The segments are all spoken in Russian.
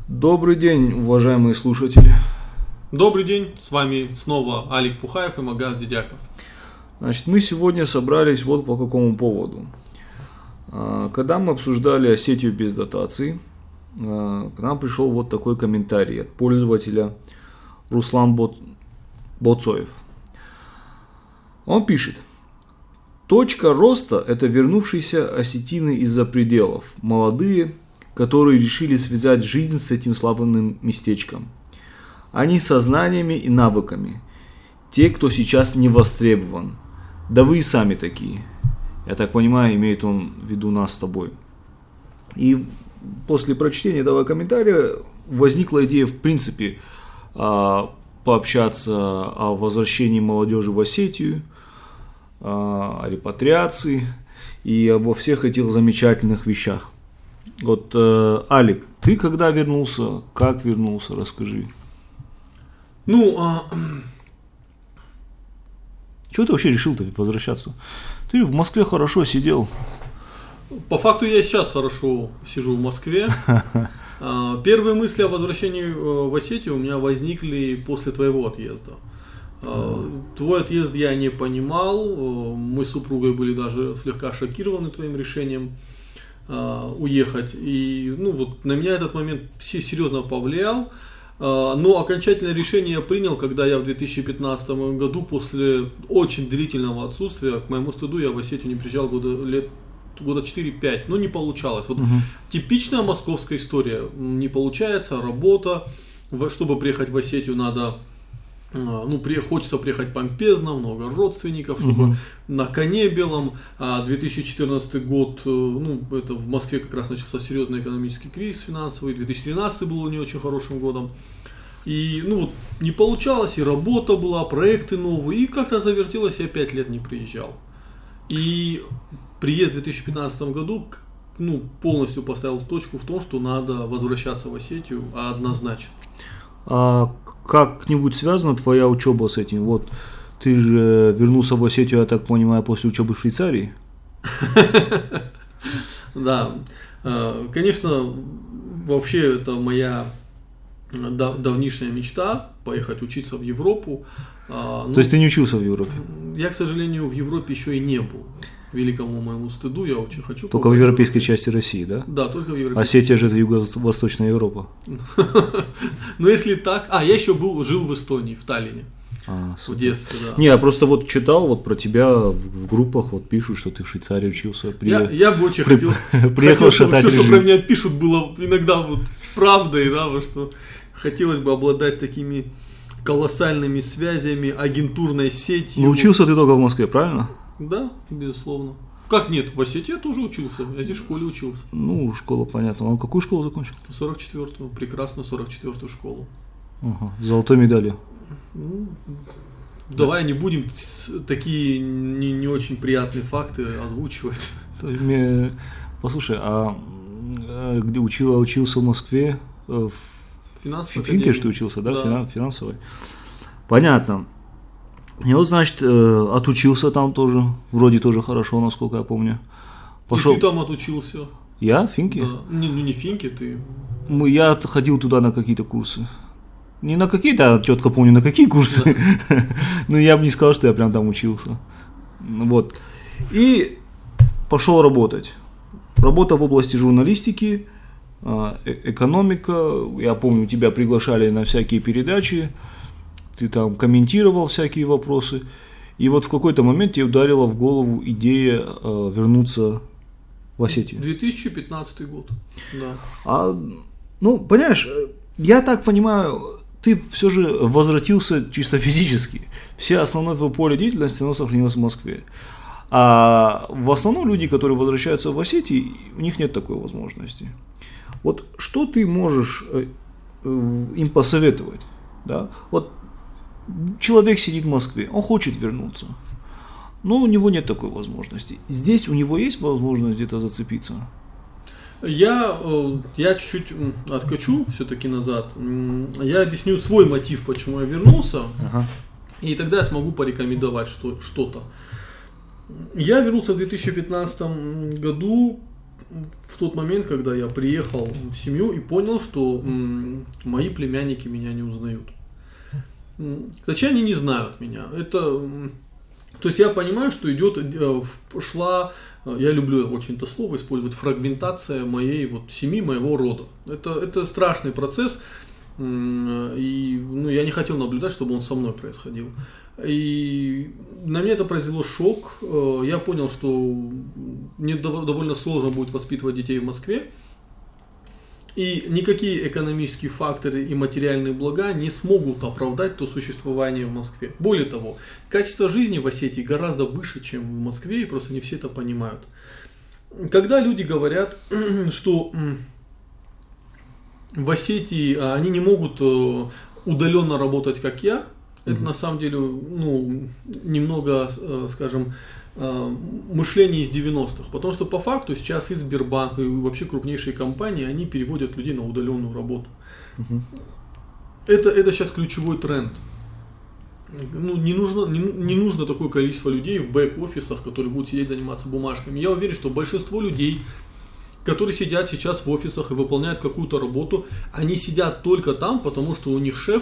Добрый день, уважаемые слушатели. Добрый день, с вами снова Алик Пухаев и Магаз Дедяков. Значит, мы сегодня собрались вот по какому поводу. Когда мы обсуждали Осетию без дотаций, к нам пришел вот такой комментарий от пользователя Руслан Боцоев. Он пишет: точка роста – это вернувшиеся осетины из-за пределов, молодые, которые решили связать жизнь с этим славным местечком. Они со знаниями и навыками. Те, кто сейчас не востребован. Да вы и сами такие. Я так понимаю, имеет он в виду нас с тобой. И после прочтения этого комментария возникла идея, в принципе, пообщаться о возвращении молодежи в Осетию, о репатриации и обо всех этих замечательных вещах. Вот, Алик, ты когда вернулся, как вернулся, расскажи. Чего ты вообще решил-то возвращаться? Ты в Москве хорошо сидел. По факту я сейчас хорошо сижу в Москве. Первые мысли о возвращении в Осетию у меня возникли после твоего отъезда. Твой отъезд я не понимал. Мы с супругой были даже слегка шокированы твоим решением уехать. И вот на меня этот момент серьезно повлиял. Но окончательное решение я принял, когда я в 2015 году, после очень длительного отсутствия, к моему стыду, я в Осетию не приезжал года 4-5, но не получалось. Вот типичная московская история. Не получается, работа. Чтобы приехать в Осетию, надо... хочется приехать помпезно, много родственников, чтобы на коне белом. 2014 год, это в Москве как раз начался серьезный экономический кризис финансовый. 2013 был не очень хорошим годом. И не получалось, и работа была, проекты новые, и как-то завертелось, я 5 лет не приезжал. И приезд в 2015 году полностью поставил точку в том, что надо возвращаться в Осетию однозначно. Как-нибудь связана твоя учеба с этим? Вот ты же вернулся в Осетию, я так понимаю, после учебы в Швейцарии? Да, конечно, вообще это моя давнишняя мечта поехать учиться в Европу. То есть ты не учился в Европе? Я, к сожалению, в Европе еще и не был. К великому моему стыду, я очень хочу. Только в европейской части России, да? Да, только в европейской. Осетия же это Юго-Восточная Европа. Ну если так, я еще жил в Эстонии, в Таллине. В детстве, да. Не, я просто вот читал вот про тебя в группах, вот пишут, что ты в Швейцарии учился. Я бы очень хотел, чтобы все, что про меня пишут, было иногда вот правдой, да, вот что хотелось бы обладать такими колоссальными связями, агентурной сетью. Но учился ты только в Москве, правильно? Да, безусловно. Как нет, в Осетии я тоже учился, я здесь в школе учился. Школа, понятно. А какую школу закончил? 44-ю, прекрасную 44-ю школу. Ага, с золотой медалью. Давай не будем такие не очень приятные факты озвучивать. Послушай, где учился в Москве? В Финке, что учился, да? Да. Финансовой. Понятно. И вот, значит, отучился там тоже, вроде тоже хорошо, насколько я помню. Пошел... И ты там отучился? Я? В Финке? Да. Не Финке, ты... Я ходил туда на какие-то курсы. Не на какие-то, а четко помню, на какие курсы. Да. Но я бы не сказал, что я прям там учился. Вот. И пошел работать. Работа в области журналистики, экономика. Я помню, тебя приглашали на всякие передачи. Ты там комментировал всякие вопросы. И вот в какой-то момент тебе ударила в голову идея вернуться в Осетию. 2015 год. Да. Понимаешь, я так понимаю, ты все же возвратился чисто физически. Все основное твое поле деятельности, оно сохранилось в Москве. А в основном люди, которые возвращаются в Осетию, у них нет такой возможности. Вот что ты можешь им посоветовать? Да? Вот человек сидит в Москве, он хочет вернуться, но у него нет такой возможности. Здесь у него есть возможность где-то зацепиться? Я чуть-чуть откачу все-таки назад. Я объясню свой мотив, почему я вернулся, и тогда я смогу порекомендовать что-то. Я вернулся в 2015 году в тот момент, когда я приехал в семью и понял, что мои племянники меня не узнают. Точнее, они не знают меня. То есть я понимаю, что шла, я люблю очень это слово использовать, фрагментация моей вот семьи, моего рода. Это страшный процесс, и я не хотел наблюдать, чтобы он со мной происходил. И на меня это произвело шок. Я понял, что мне довольно сложно будет воспитывать детей в Москве. И никакие экономические факторы и материальные блага не смогут оправдать то существование в Москве. Более того, качество жизни в Осетии гораздо выше, чем в Москве, и просто не все это понимают. Когда люди говорят, что в Осетии они не могут удаленно работать, как я, это на самом деле немного, скажем, мышление из 90-х. Потому что по факту сейчас и Сбербанк, и вообще крупнейшие компании, они переводят людей на удаленную работу. Это сейчас ключевой тренд. Не нужно такое количество людей в бэк-офисах, которые будут сидеть заниматься бумажками. Я уверен, что большинство людей, которые сидят сейчас в офисах и выполняют какую-то работу, они сидят только там, потому что у них шеф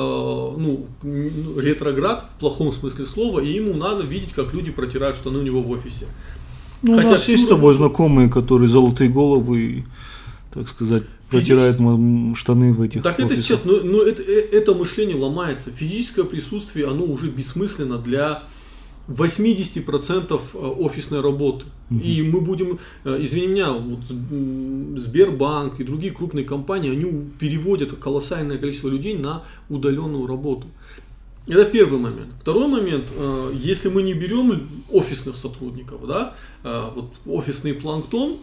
ретроград в плохом смысле слова, и ему надо видеть, как люди протирают штаны у него в офисе. У нас есть с тобой знакомые, которые золотые головы, так сказать, протирают штаны в этих офисах. Это сейчас, но это мышление ломается. Физическое присутствие, оно уже бессмысленно для 80% офисной работы. И мы будем, извини меня, Сбербанк и другие крупные компании, они переводят колоссальное количество людей на удаленную работу. Это первый момент. Второй момент, если мы не берем офисных сотрудников, офисный планктон,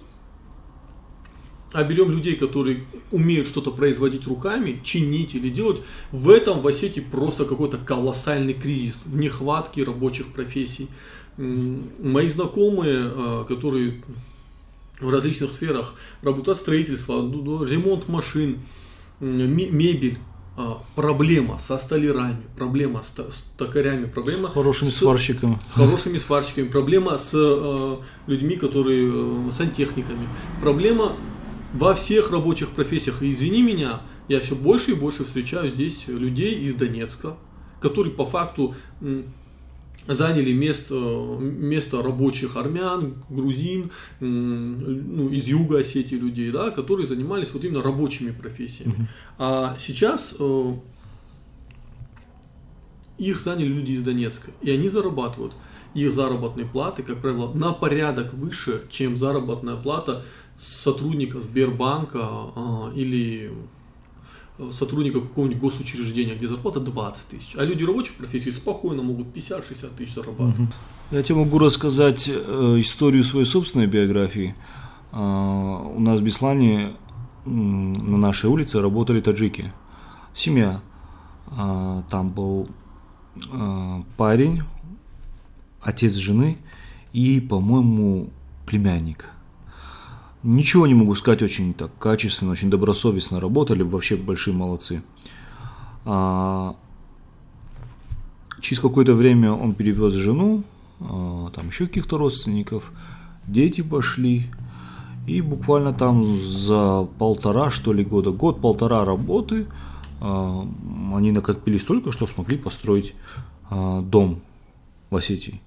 а берем людей, которые умеют что-то производить руками, чинить или делать, в этом в Осетии просто какой-то колоссальный кризис нехватки рабочих профессий. Мои знакомые, которые в различных сферах работают, строительство, ремонт машин, мебель, проблема со столярами, проблема с токарями, проблема с хорошими сварщиками, проблема с людьми, которые сантехниками, проблема во всех рабочих профессиях. И извини меня, я все больше и больше встречаю здесь людей из Донецка, которые по факту заняли место рабочих армян, грузин, из юга Осетии людей, которые занимались вот именно рабочими профессиями. А сейчас их заняли люди из Донецка, и они зарабатывают. Их заработные платы, как правило, на порядок выше, чем заработная плата сотрудника Сбербанка или сотрудника какого-нибудь госучреждения, где зарплата 20 тысяч. А люди рабочих профессий спокойно могут 50-60 тысяч зарабатывать. Я тебе могу рассказать историю своей собственной биографии. У нас в Беслане на нашей улице работали таджики. Семья. Там был парень, отец жены и, по-моему, племянник. Ничего не могу сказать, очень так качественно, очень добросовестно работали, вообще большие молодцы. Через какое-то время он перевез жену, там еще каких-то родственников, дети пошли, и буквально там за год-полтора работы они накопили столько, что смогли построить дом в Осетии.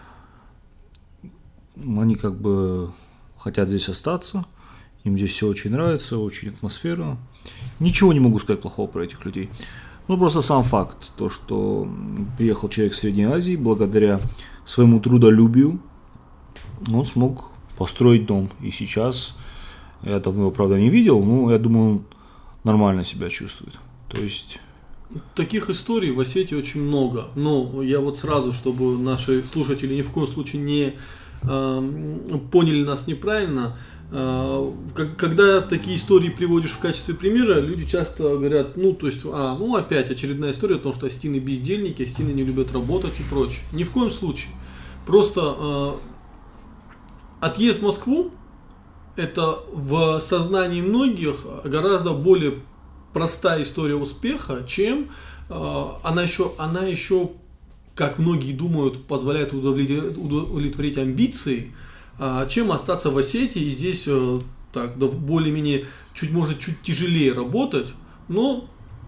Они как бы хотят здесь остаться, им здесь все очень нравится, очень атмосферно. Ничего не могу сказать плохого про этих людей. Просто сам факт, то, что приехал человек с Средней Азии, благодаря своему трудолюбию, он смог построить дом. И сейчас, я давно его, правда, не видел, но я думаю, он нормально себя чувствует. То есть... Таких историй в Осетии очень много. Но я вот сразу, чтобы наши слушатели ни в коем случае не поняли нас неправильно, когда такие истории приводишь в качестве примера, люди часто говорят, опять очередная история о том, что остины бездельники, остины не любят работать и прочее. Ни в коем случае. Просто отъезд в Москву — это в сознании многих гораздо более простая история успеха, чем она еще, как многие думают, позволяет удовлетворить амбиции, чем остаться в Осетии. И здесь так, да, более-менее может чуть тяжелее работать, но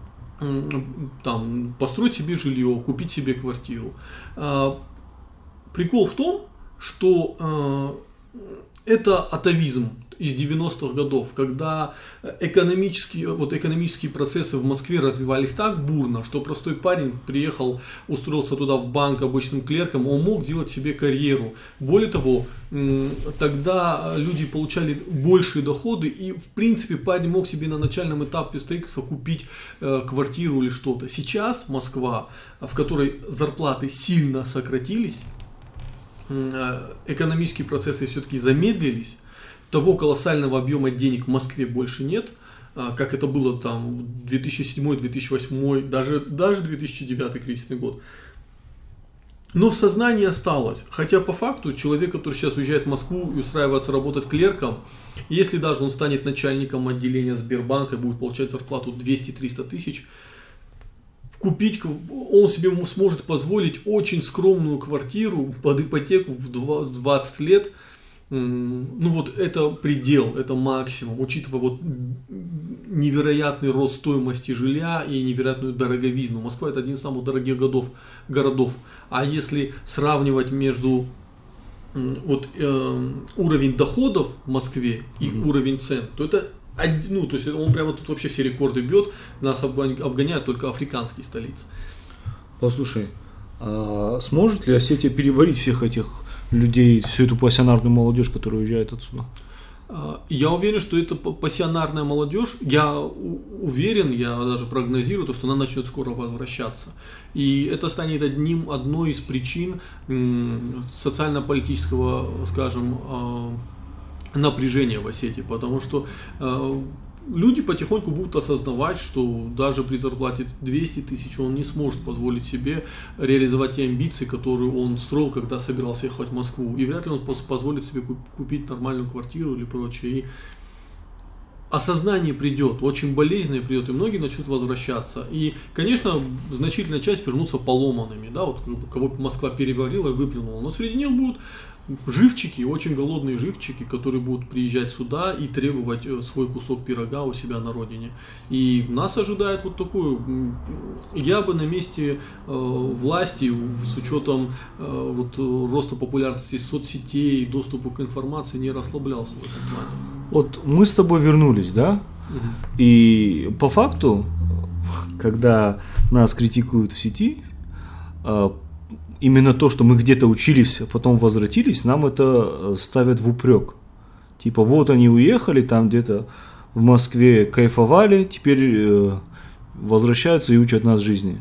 там построить себе жилье, купить себе квартиру. Прикол в том, что это атовизм из 90-х годов, когда экономические процессы в Москве развивались так бурно, что простой парень приехал, устроился туда в банк обычным клерком, он мог делать себе карьеру. Более того, тогда люди получали большие доходы, и в принципе парень мог себе на начальном этапе строительства купить квартиру или что-то. Сейчас Москва, в которой зарплаты сильно сократились, экономические процессы все-таки замедлились, того колоссального объема денег в Москве больше нет, как это было там в 2007, 2008, даже 2009 кризисный год. Но в сознании осталось. Хотя по факту человек, который сейчас уезжает в Москву и устраивается работать клерком, если даже он станет начальником отделения Сбербанка и будет получать зарплату 200-300 тысяч, купить, он себе сможет позволить очень скромную квартиру под ипотеку в 20 лет. Ну вот это предел, это максимум, учитывая вот невероятный рост стоимости жилья и невероятную дороговизну. Москва это один из самых дорогих городов. А если сравнивать между уровень доходов в Москве и уровень цен, то это то есть он прямо тут вообще все рекорды бьет, нас обгоняют только африканские столицы. Послушай, а сможет ли Осетия переварить всех этих людей, всю эту пассионарную молодежь, которая уезжает отсюда? Я уверен, что это пассионарная молодежь. Я уверен, я даже прогнозирую, то, что она начнет скоро возвращаться. И это станет одной из причин социально-политического, скажем, напряжения в Осетии, потому что люди потихоньку будут осознавать, что даже при зарплате 200 тысяч он не сможет позволить себе реализовать те амбиции, которые он строил, когда собирался ехать в Москву. И вряд ли он позволит себе купить нормальную квартиру или прочее. И осознание придет, очень болезненное придет, и многие начнут возвращаться. И, конечно, значительная часть вернутся поломанными, да, вот кого Москва переварила и выплюнула. Но среди них будут живчики, очень голодные живчики, которые будут приезжать сюда и требовать свой кусок пирога у себя на родине. И нас ожидает вот такое. Я бы на месте власти, с учетом роста популярности соцсетей, доступа к информации, не расслаблялся в этом плане. Вот мы с тобой вернулись, да? Угу. И по факту, когда нас критикуют в сети, именно то, что мы где-то учились, а потом возвратились, нам это ставят в упрек. Типа, вот они уехали, там где-то в Москве кайфовали, теперь возвращаются и учат нас жизни.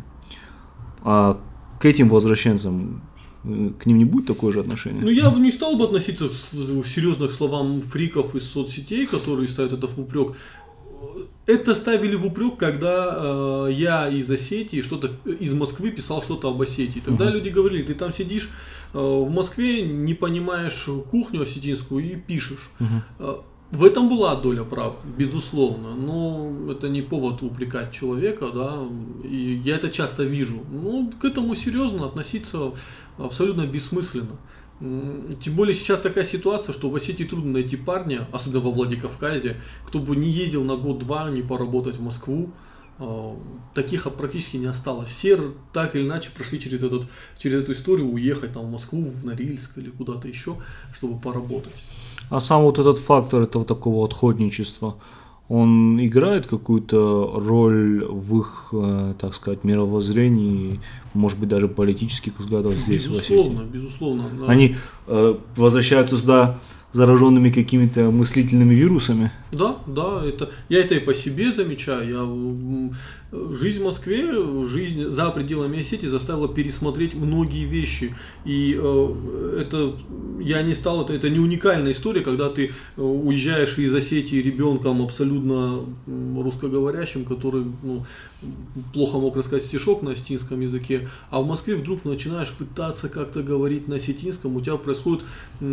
А к этим возвращенцам, к ним не будет такое же отношение? Ну, я бы не стал бы относиться серьезно к словам фриков из соцсетей, которые ставят это в упрек. Это ставили в упрек, когда я из Осетии, из Москвы писал что-то об Осетии. Тогда люди говорили, ты там сидишь в Москве, не понимаешь кухню осетинскую и пишешь. В этом была доля правды, безусловно, но это не повод упрекать человека, да, и я это часто вижу. Но к этому серьезно относиться абсолютно бессмысленно. Тем более сейчас такая ситуация, что в Осетии трудно найти парня, особенно во Владикавказе, кто бы не ездил на год-два, не поработать в Москву. Таких практически не осталось. Все так или иначе прошли через эту историю, уехать там в Москву, в Норильск или куда-то еще, чтобы поработать. А сам вот этот фактор этого такого отходничества, он играет какую-то роль в их, так сказать, мировоззрении, может быть, даже политических взглядов здесь, в Осетии? Безусловно. Да. Они возвращаются сюда зараженными какими-то мыслительными вирусами? Да, я это и по себе замечаю. Жизнь в Москве, жизнь за пределами Осетии заставила пересмотреть многие вещи. И это не уникальная история, когда ты уезжаешь из Осетии ребенком абсолютно русскоговорящим, который плохо мог рассказать стишок на осетинском языке, а в Москве вдруг начинаешь пытаться как-то говорить на осетинском, у тебя происходит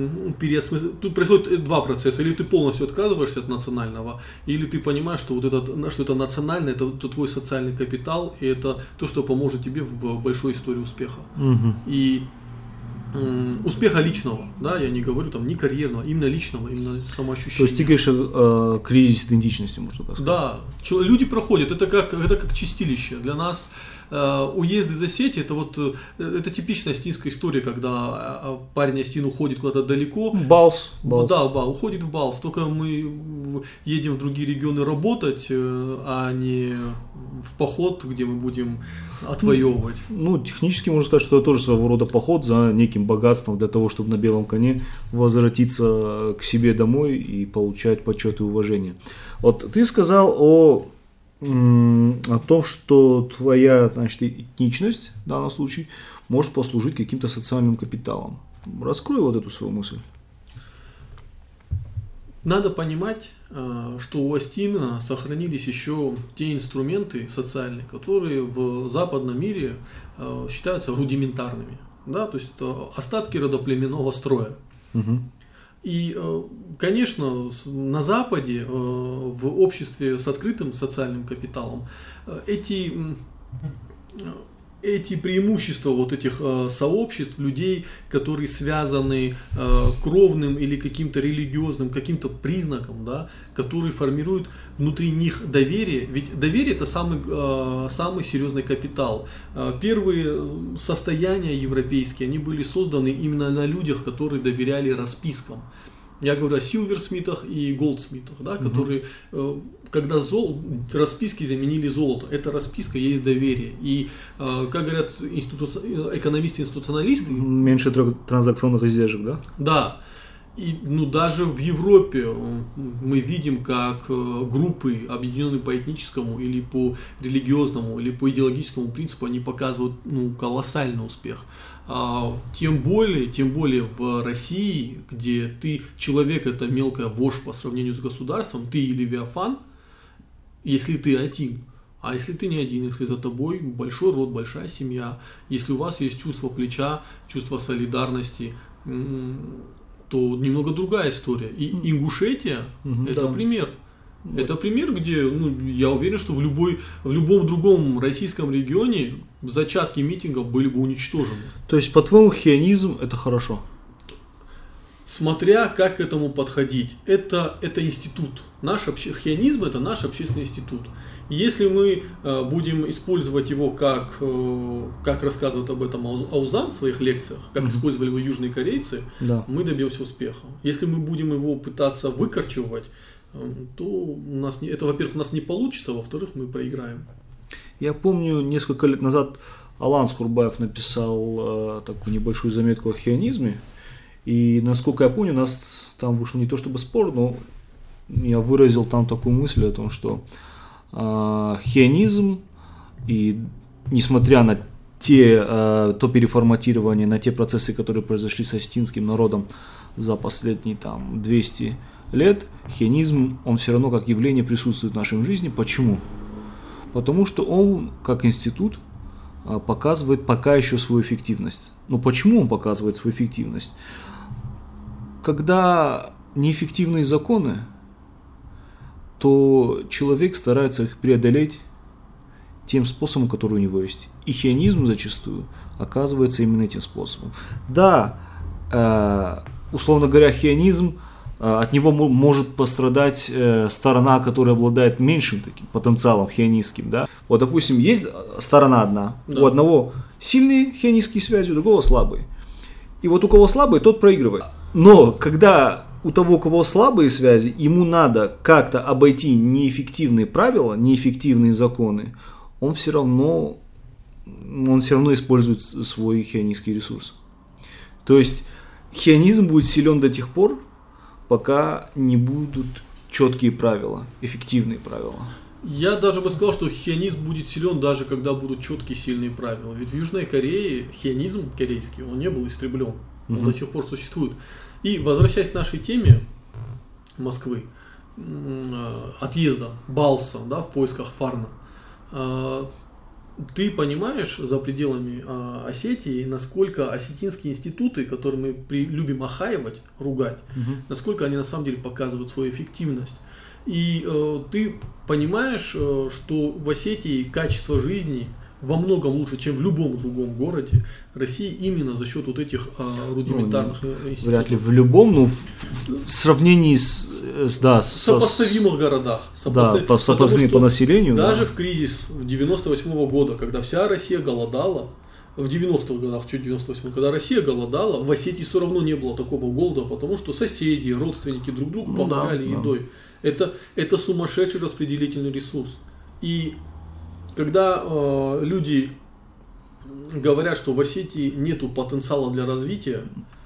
Тут происходит два процесса. Или ты полностью отказываешься от национального, или ты понимаешь, что что это национальное, это твой социальный капитал, и это то, что поможет тебе в большой истории успеха. Угу. И успеха личного, да, я не говорю там ни карьерного, именно личного, именно самоощущения. То есть ты говоришь о кризисе идентичности, можно так сказать. Да, люди проходят, это как чистилище. Для нас уезд из Осетии это типичная осетинская история, когда парень осетин уходит куда-то далеко. Балс. Да, уходит в Балс. Только мы едем в другие регионы работать, а не в поход, где мы будем отвоевывать. Ну, технически можно сказать, что это тоже своего рода поход за неким богатством для того, чтобы на белом коне возвратиться к себе домой и получать почет и уважение. Вот ты сказал о том, что твоя, значит, этничность в данном случае может послужить каким-то социальным капиталом. Раскрой вот эту свою мысль. Надо понимать, что у осетина сохранились еще те инструменты социальные, которые в западном мире считаются рудиментарными. Да? То есть это остатки родоплеменного строя. Угу. И, конечно, на Западе, в обществе с открытым социальным капиталом, эти преимущества вот этих сообществ, людей, которые связаны кровным или каким-то религиозным, каким-то признаком, да, которые формируют внутри них доверие. Ведь доверие – это самый серьезный капитал. Первые состояния европейские, они были созданы именно на людях, которые доверяли распискам. Я говорю о Силверсмитах и Голдсмитах, да, которые, когда расписки заменили золото, эта расписка есть доверие. И, как говорят экономисты-институционалисты... Меньше транзакционных издержек, да? Да. И даже в Европе мы видим, как группы, объединенные по этническому или по религиозному, или по идеологическому принципу, они показывают колоссальный успех. Тем более в России, где человек это мелкая вошь по сравнению с государством, ты левиафан, если ты один. А если ты не один, если за тобой большой род, большая семья, если у вас есть чувство плеча, чувство солидарности, то немного другая история. И Ингушетия это пример. Это пример, где, я уверен, что в любом другом российском регионе зачатки митингов были бы уничтожены. То есть, по-твоему, хионизм это хорошо? Смотря как к этому подходить. Это институт. Хионизм это наш общественный институт. И если мы будем использовать его, как рассказывает об этом Аузан в своих лекциях, как использовали его южные корейцы, мы добьемся успеха. Если мы будем его пытаться выкорчевать, то это, во-первых, у нас не получится, во-вторых, мы проиграем. Я помню, несколько лет назад Алан Скурбаев написал такую небольшую заметку о хионизме, и, насколько я помню, у нас там вышел не то чтобы спор, но я выразил там такую мысль о том, что хионизм, и несмотря на то переформатирование, на те процессы, которые произошли с осетинским народом за последние 200 лет, хионизм, он все равно как явление присутствует в нашей жизни. Почему? Потому что он, как институт, показывает пока еще свою эффективность. Но почему он показывает свою эффективность? Когда неэффективные законы, то человек старается их преодолеть тем способом, который у него есть. И хионизм зачастую оказывается именно этим способом. Да, условно говоря, хионизм, от него может пострадать сторона, которая обладает меньшим таким потенциалом хионистским. Да? Вот, допустим, есть сторона одна, у одного сильные хионистские связи, у другого слабые. И вот у кого слабые, тот проигрывает. Но когда у того, у кого слабые связи, ему надо как-то обойти неэффективные правила, неэффективные законы, он все равно использует свой хионистский ресурс. То есть хионизм будет силен до тех пор, пока не будут четкие правила, эффективные правила. Я даже бы сказал, что хионизм будет силен даже когда будут четкие сильные правила. Ведь в Южной Корее хионизм корейский, он не был истреблен, он до сих пор существует. И возвращаясь к нашей теме Москвы, отъезда Балса, да, в поисках Фарна, ты понимаешь за пределами Осетии, насколько осетинские институты, которые мы любим охаивать, ругать, насколько они на самом деле показывают свою эффективность. И ты понимаешь, что в Осетии качество жизни во многом лучше, чем в любом другом городе России, именно за счет вот этих рудиментарных институтов. Вряд ли в любом, но в сравнении сопоставимых городах. Сопоставимых по населению. Даже в кризис 98 года, когда вся Россия голодала, в 90-х годах, чуть 98-х, когда Россия голодала, в Осетии все равно не было такого голода, потому что соседи, родственники друг другу помогали едой. Это сумасшедший распределительный ресурс. И когда люди говорят, что в Осетии нету потенциала для развития,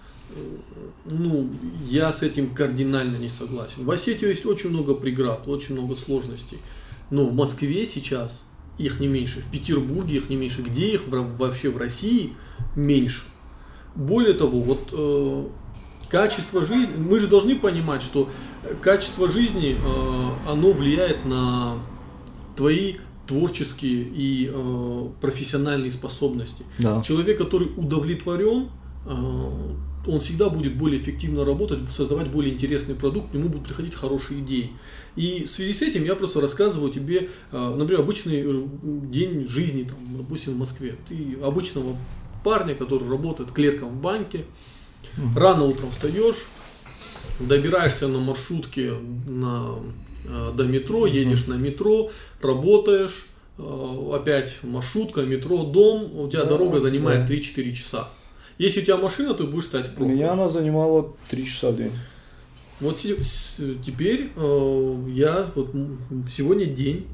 я с этим кардинально не согласен. В Осетии есть очень много преград, очень много сложностей. Но в Москве сейчас их не меньше, в Петербурге их не меньше, где их вообще в России меньше. Более того, качество жизни, мы же должны понимать, что качество жизни, оно влияет на твои творческие и профессиональные способности. Да. Человек, который удовлетворен, он всегда будет более эффективно работать, создавать более интересный продукт, к нему будут приходить хорошие идеи. И в связи с этим я просто рассказываю тебе, например, обычный день жизни, допустим, в Москве. Ты обычного парня, который работает клерком в банке, рано утром встаешь, добираешься на маршрутке до метро, едешь на метро, работаешь, опять маршрутка, метро, дом, у тебя дорога занимает 3-4 часа. Если у тебя машина, то будешь стоять в пробках. У меня она занимала 3 часа в день. Вот теперь сегодня день,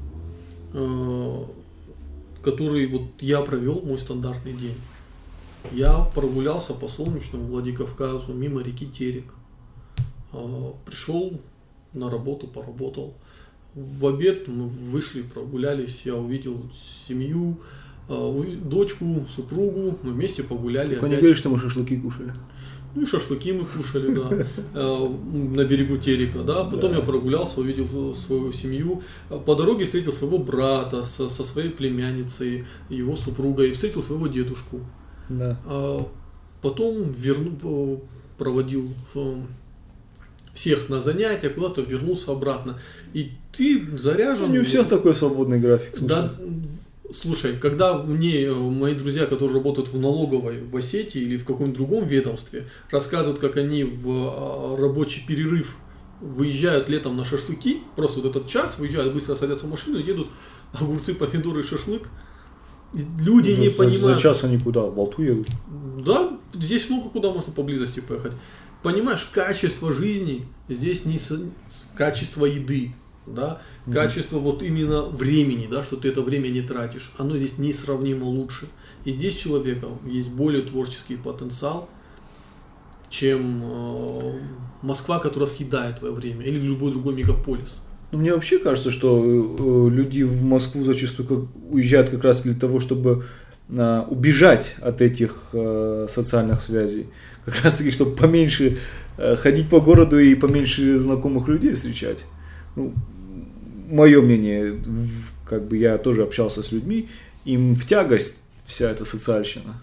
который я провел, мой стандартный день. Я прогулялся по солнечному Владикавказу, мимо реки Терек. Пришел на работу, поработал. В обед мы вышли, прогулялись, я увидел семью, дочку, супругу, мы вместе погуляли. Только не говоришь, что мы шашлыки кушали. Ну и шашлыки мы кушали, да, на берегу Терека, да. Потом я прогулялся, увидел свою семью. По дороге встретил своего брата со своей племянницей, его супругой, встретил своего дедушку. Да. Потом проводил всех на занятия, куда-то вернулся обратно. И ты заряжен. Не у всех такой свободный график. Слушай. Да, слушай, когда мои друзья, которые работают в налоговой в Осетии или в каком-нибудь другом ведомстве, рассказывают, как они в рабочий перерыв выезжают летом на шашлыки, просто вот этот час выезжают, быстро садятся в машину и едут огурцы, помидоры, шашлык. Люди не понимают. За час они куда? В Балту едут? Да, здесь много куда можно поблизости поехать. Понимаешь, качество жизни здесь не качество еды, да, качество вот именно времени, да, что ты это время не тратишь, оно здесь несравнимо лучше. И здесь у человека есть более творческий потенциал, чем Москва, которая съедает твое время, или любой другой мегаполис. Мне вообще кажется, что люди в Москву зачастую уезжают как раз для того, чтобы убежать от этих социальных связей. Как раз таки, чтобы поменьше ходить по городу и поменьше знакомых людей встречать. Мое мнение, я тоже общался с людьми, им в тягость вся эта социальщина.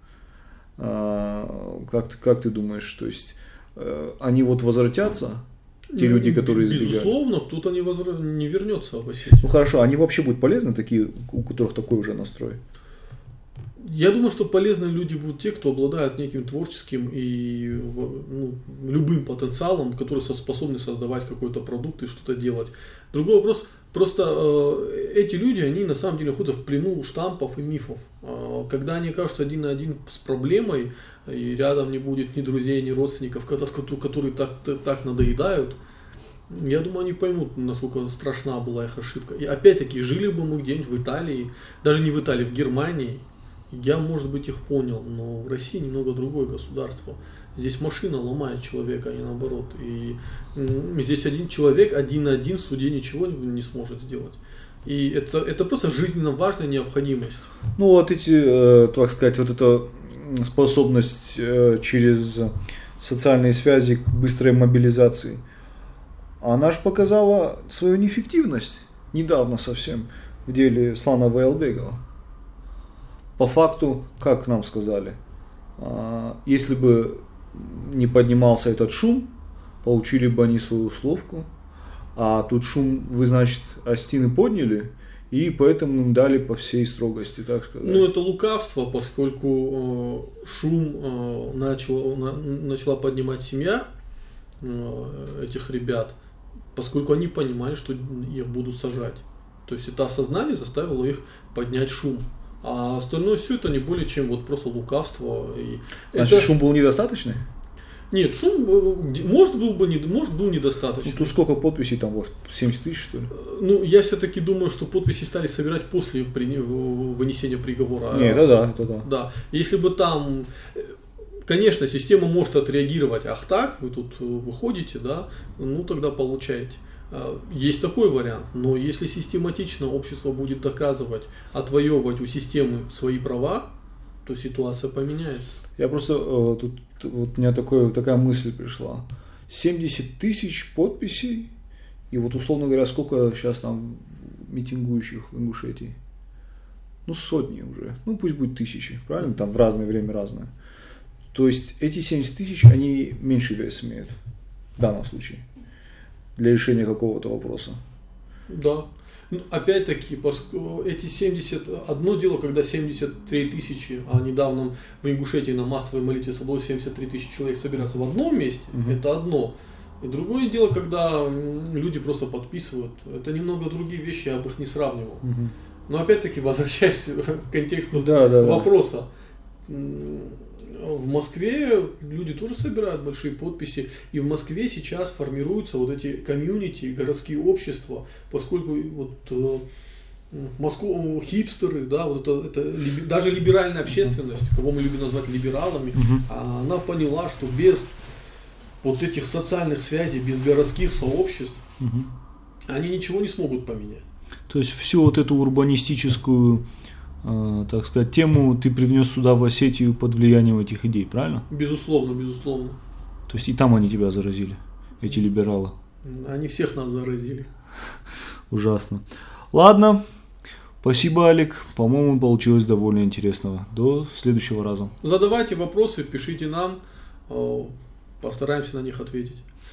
Как ты думаешь, то есть они возвратятся, те люди, которые избегают? Безусловно, кто-то не вернется в Осетию. Хорошо, они вообще будут полезны, такие, у которых такой уже настрой? Я думаю, что полезные люди будут те, кто обладает неким творческим и любым потенциалом, которые способны создавать какой-то продукт и что-то делать. Другой вопрос, просто эти люди, они на самом деле находятся в плену штампов и мифов. Когда они окажутся один на один с проблемой, и рядом не будет ни друзей, ни родственников, которые так надоедают, я думаю, они поймут, насколько страшна была их ошибка. И опять-таки, жили бы мы где-нибудь в Италии, даже не в Италии, в Германии, я, может быть, их понял, но в России немного другое государство. Здесь машина ломает человека, а не наоборот. И здесь один человек, один на один в суде ничего не сможет сделать. И это просто жизненно важная необходимость. Так сказать, эта способность через социальные связи к быстрой мобилизации, она же показала свою неэффективность недавно совсем в деле Слана Ваилбекова. По факту, как нам сказали, если бы не поднимался этот шум, получили бы они свою условку, а тут шум, вы, значит, Остины подняли, и поэтому им дали по всей строгости, так сказать. Ну, это лукавство, поскольку шум начала поднимать семья этих ребят, поскольку они понимали, что их будут сажать. То есть это осознание заставило их поднять шум. А остальное все это не более чем вот просто лукавство. Значит, шум был недостаточный? Нет, шум может был недостаточно. Ну, тут сколько подписей там, вот, 70 тысяч, что ли? Ну, я все-таки думаю, что подписи стали собирать после вынесения приговора. Не, это да. Да, если бы там, конечно, система может отреагировать, ах так, вы тут выходите, да, ну тогда получаете. Есть такой вариант, но если систематично общество будет доказывать, отвоевывать у системы свои права, то ситуация поменяется. Я просто, тут вот у меня такая мысль пришла. 70 тысяч подписей, и вот условно говоря, сколько сейчас там митингующих в Ингушетии? Ну, сотни уже, ну пусть будет тысячи, правильно? Там в разное время разное. То есть эти 70 тысяч, они меньший вес имеют в данном случае для решения какого-то вопроса. Да. Ну, опять-таки, эти 70, одно дело, когда 73 тысячи, а недавно в Ингушетии на массовой молитве собралось 73 тысячи человек собираться в одном месте, это одно. И другое дело, когда люди просто подписывают, это немного другие вещи, я бы их не сравнивал. Но опять-таки, возвращаясь к контексту вопроса, в Москве люди тоже собирают большие подписи, и в Москве сейчас формируются вот эти комьюнити, городские общества, поскольку вот хипстеры, да, вот это даже либеральная общественность, кого мы любим назвать либералами, она поняла, что без вот этих социальных связей, без городских сообществ, они ничего не смогут поменять. То есть всю вот эту урбанистическую, так сказать, тему ты привнес сюда, в Осетию, под влиянием этих идей, правильно? Безусловно, безусловно. То есть и там они тебя заразили, эти либералы? Они всех нас заразили. Ужасно. Ладно, спасибо, Олег. По-моему, получилось довольно интересного. До следующего раза. Задавайте вопросы, пишите нам, постараемся на них ответить.